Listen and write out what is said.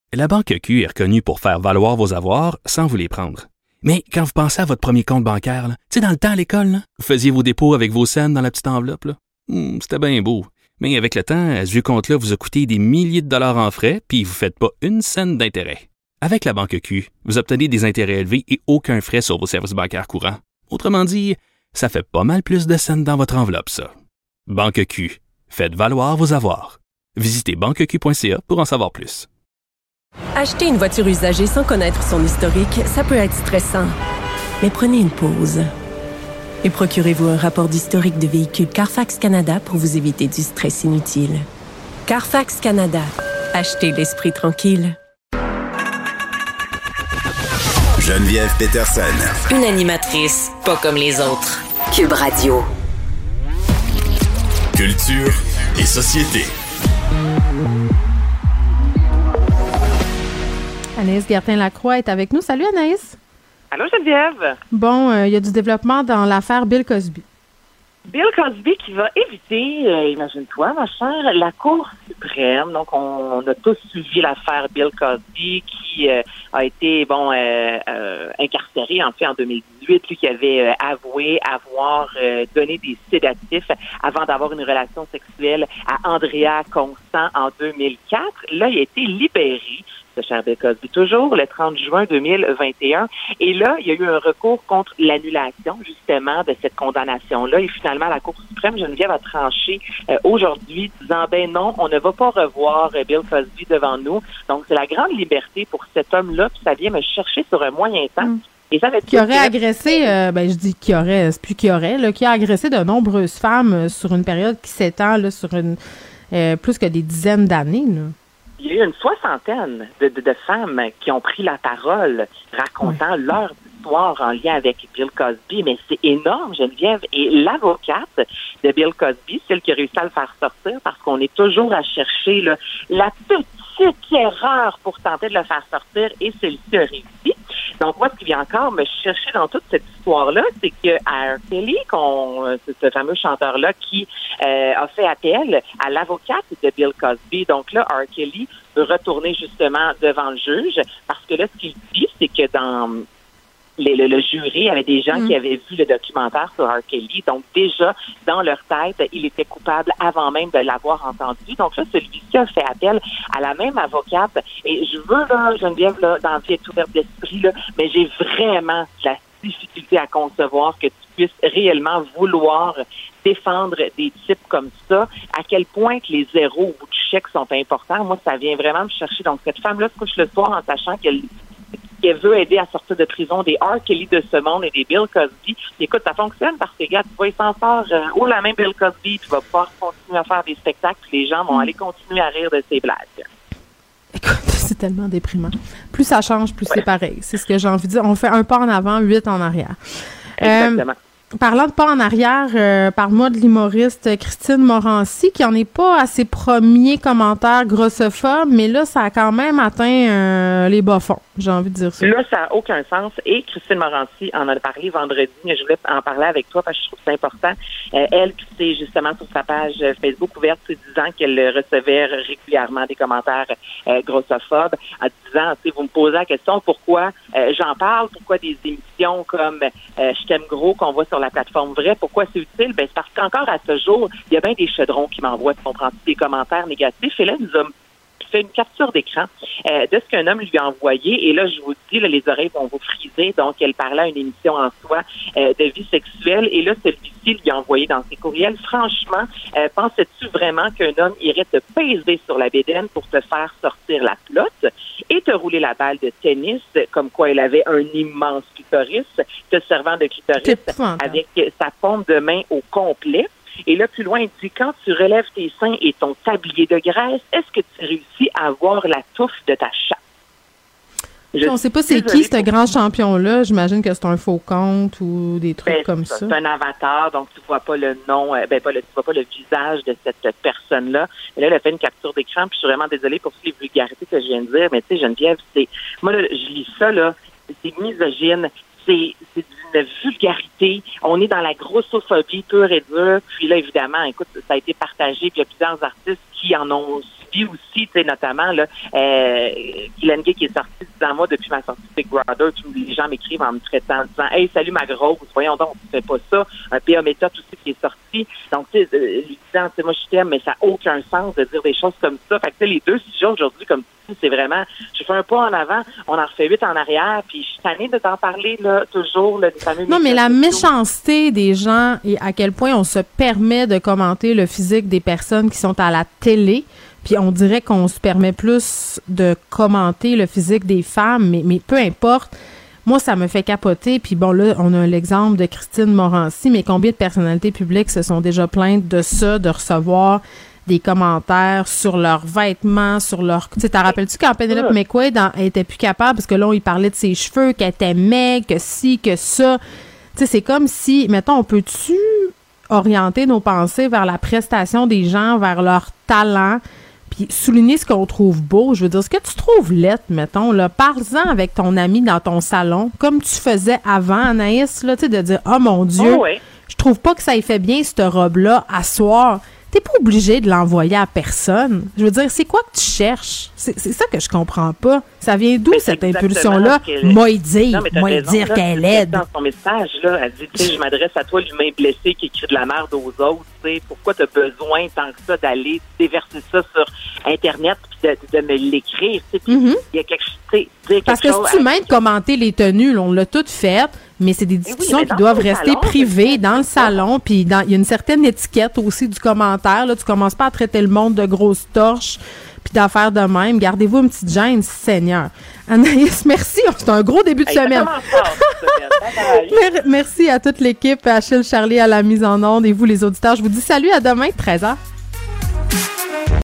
La Banque Q est reconnue pour faire valoir vos avoirs sans vous les prendre. Mais quand vous pensez à votre premier compte bancaire, tu sais, dans le temps à l'école, là, vous faisiez vos dépôts avec vos scènes dans la petite enveloppe. Là. C'était bien beau. Mais avec le temps, ce vieux compte-là vous a coûté des milliers de dollars en frais, puis vous ne faites pas une scène d'intérêt. Avec la Banque Q, vous obtenez des intérêts élevés et aucun frais sur vos services bancaires courants. Autrement dit, ça fait pas mal plus de scènes dans votre enveloppe, ça. Banque Q. Faites valoir vos avoirs. Visitez banqueq.ca pour en savoir plus. Acheter une voiture usagée sans connaître son historique, ça peut être stressant. Mais prenez une pause. Et procurez-vous un rapport d'historique de véhicule Carfax Canada pour vous éviter du stress inutile. Carfax Canada. Achetez l'esprit tranquille. Geneviève Peterson. Une animatrice pas comme les autres. Cube Radio. Culture et société. Anaïs Gertin-Lacroix est avec nous. Salut Anaïs. Allô Geneviève. Bon, il y a du développement dans l'affaire Bill Cosby. Bill Cosby qui va éviter, imagine-toi ma chère, la Cour suprême. Donc on a tous suivi l'affaire Bill Cosby qui a été incarcéré en fait en 2018, lui qui avait avoué avoir donné des sédatifs avant d'avoir une relation sexuelle à Andrea Constant en 2004. Là, il a été libéré. De cher Bill Cosby, toujours le 30 juin 2021. Et là, il y a eu un recours contre l'annulation, justement, de cette condamnation-là. Et finalement, la Cour suprême, Geneviève, a tranché aujourd'hui, disant, ben non, on ne va pas revoir Bill Cosby devant nous. Donc, c'est la grande liberté pour cet homme-là, puis ça vient me chercher sur un moyen temps. Et ça va être qui aurait agressé, je dis qui aurait, c'est plus qui aurait, là, qui a agressé de nombreuses femmes sur une période qui s'étend là, sur une plus que des dizaines d'années, là. Il y a eu une soixantaine de femmes qui ont pris la parole racontant leur histoire en lien avec Bill Cosby, mais c'est énorme, Geneviève. Et l'avocate de Bill Cosby, celle qui a réussi à le faire sortir, parce qu'on est toujours à chercher là, la petite erreur pour tenter de le faire sortir, et celle-ci a réussi. Donc, moi, ce qui vient encore me chercher dans toute cette histoire-là, c'est que R. Kelly, c'est ce fameux chanteur-là qui a fait appel à l'avocate de Bill Cosby. Donc là, R. Kelly veut retourner justement devant le juge parce que là, ce qu'il dit, c'est que dans le jury, il y avait des gens qui avaient vu le documentaire sur R. Kelly. Donc déjà, dans leur tête, il était coupable avant même de l'avoir entendu. Donc là, celui-ci a fait appel à la même avocate. Et je veux, là, Geneviève, là, dans la vie être ouverte d'esprit, là, mais j'ai vraiment de la difficulté à concevoir que tu puisses réellement vouloir défendre des types comme ça, à quel point que les zéros au bout du chèque sont importants. Moi, ça vient vraiment me chercher. Donc, cette femme-là se couche le soir en sachant qu'elle veut aider à sortir de prison des R. Kelly de ce monde et des Bill Cosby. Puis, écoute, ça fonctionne parce que, regarde, tu vois, il s'en sort haut la main Bill Cosby, tu vas pouvoir continuer à faire des spectacles, puis les gens vont aller continuer à rire de ses blagues. Écoute, c'est tellement déprimant. Plus ça change, plus c'est pareil. C'est ce que j'ai envie de dire. On fait un pas en avant, 8 en arrière. Exactement. Parlant de pas en arrière, parle-moi de l'humoriste Christine Morancy, qui en est pas à ses premiers commentaires grossophobes, mais là, ça a quand même atteint les bas-fonds, j'ai envie de dire ça. Là, ça n'a aucun sens. Et Christine Morancy en a parlé vendredi, mais je voulais en parler avec toi parce que je trouve ça important. Elle, qui s'est justement sur sa page Facebook ouverte, disant qu'elle recevait régulièrement des commentaires grossophobes, en disant, tu sais, vous me posez la question, pourquoi j'en parle, pourquoi des émissions comme Je t'aime gros qu'on voit sur la plateforme vraie, pourquoi c'est utile? Ben, c'est parce qu'encore à ce jour, il y a bien des chaudrons qui m'envoient des commentaires négatifs. Et là, nous avons fait une capture d'écran de ce qu'un homme lui a envoyé. Et là, je vous dis, là, les oreilles vont vous friser. Donc, elle parlait à une émission en soi de vie sexuelle. Et là, celui-ci lui a envoyé dans ses courriels. Franchement, pensais-tu vraiment qu'un homme irait te peser sur la bédaine pour te faire sortir la plotte et te rouler la balle de tennis, comme quoi elle avait un immense clitoris, te servant de clitoris avec sa paume de main au complet? Et là, plus loin, il dit, quand tu relèves tes seins et ton tablier de graisse, est-ce que tu réussis à avoir la touffe de ta chatte? On ne sait pas c'est qui, ce grand champion-là. J'imagine que c'est un faux compte ou des trucs comme ça. C'est un avatar, donc tu vois pas le nom, tu vois pas le visage de cette personne-là. Et là, elle a fait une capture d'écran, puis je suis vraiment désolée pour toutes les vulgarités que je viens de dire, mais tu sais, Geneviève, moi, là, je lis ça, là, c'est misogyne, c'est du d'une vulgarité. On est dans la grossophobie pure et dure. Puis là, évidemment, écoute, ça a été partagé. Puis il y a plusieurs artistes qui en ont subi aussi, tu sais, notamment là, Guylaine Gay qui est sortie disant moi depuis ma sortie de Big Brother, tous les gens m'écrivent en me traitant, en disant hey, salut ma grosse, voyons donc, tu fais pas ça. Un PA méthode aussi qui est sorti. Donc, tu sais, lui disant, tu sais, moi je t'aime, mais ça n'a aucun sens de dire des choses comme ça. Fait que tu sais, les deux sujets aujourd'hui, comme tu dis, c'est vraiment, je fais un pas en avant, on en refait 8 en arrière, puis je suis tannée de t'en parler, là, toujours, là, des fameux. Non, mais la méchanceté des gens et à quel point on se permet de commenter le physique des personnes qui sont à la télé. Puis on dirait qu'on se permet plus de commenter le physique des femmes, mais peu importe. Moi, ça me fait capoter. Puis bon, là, on a l'exemple de Christine Morancy, mais combien de personnalités publiques se sont déjà plaintes de ça, de recevoir des commentaires sur leurs vêtements, sur leur... Tu sais, t'en rappelles-tu quand Penelope McQuaid elle était plus capable, parce que là, il parlait de ses cheveux, qu'elle était maigre, que ci, que ça. Tu sais, c'est comme si, mettons, on peut-tu orienter nos pensées vers la prestation des gens, vers leur talent, puis souligner ce qu'on trouve beau. Je veux dire, ce que tu trouves laid, mettons, là, parle-en avec ton ami dans ton salon, comme tu faisais avant, Anaïs, là, tu sais, de dire, oh mon Dieu, je trouve pas que ça y fait bien, cette robe-là, à soir. T'es pas obligé de l'envoyer à personne. Je veux dire, c'est quoi que tu cherches? C'est ça que je comprends pas. Ça vient d'où, cette impulsion-là? Moi dire qu'elle aide. Dans son message, là, elle dit, tu sais, je m'adresse à toi, l'humain blessé qui crie de la merde aux autres, tu sais, pourquoi t'as besoin tant que ça d'aller déverser ça sur Internet puis de me l'écrire, tu sais, puis il y a quelque chose, tu sais, parce que si tu m'aides commenter les tenues, là, on l'a toutes fait, mais c'est des discussions qui doivent rester privées dans le salon, puis il y a une certaine étiquette aussi du commentaire, là, tu commences pas à traiter le monde de grosses torches puis d'en faire de même. Gardez-vous une petite gêne, Seigneur. Anaïs, merci. C'est un gros début de semaine. Merci à toute l'équipe, Achille, Charlie à la mise en onde et vous, les auditeurs. Je vous dis salut, à demain, 13h.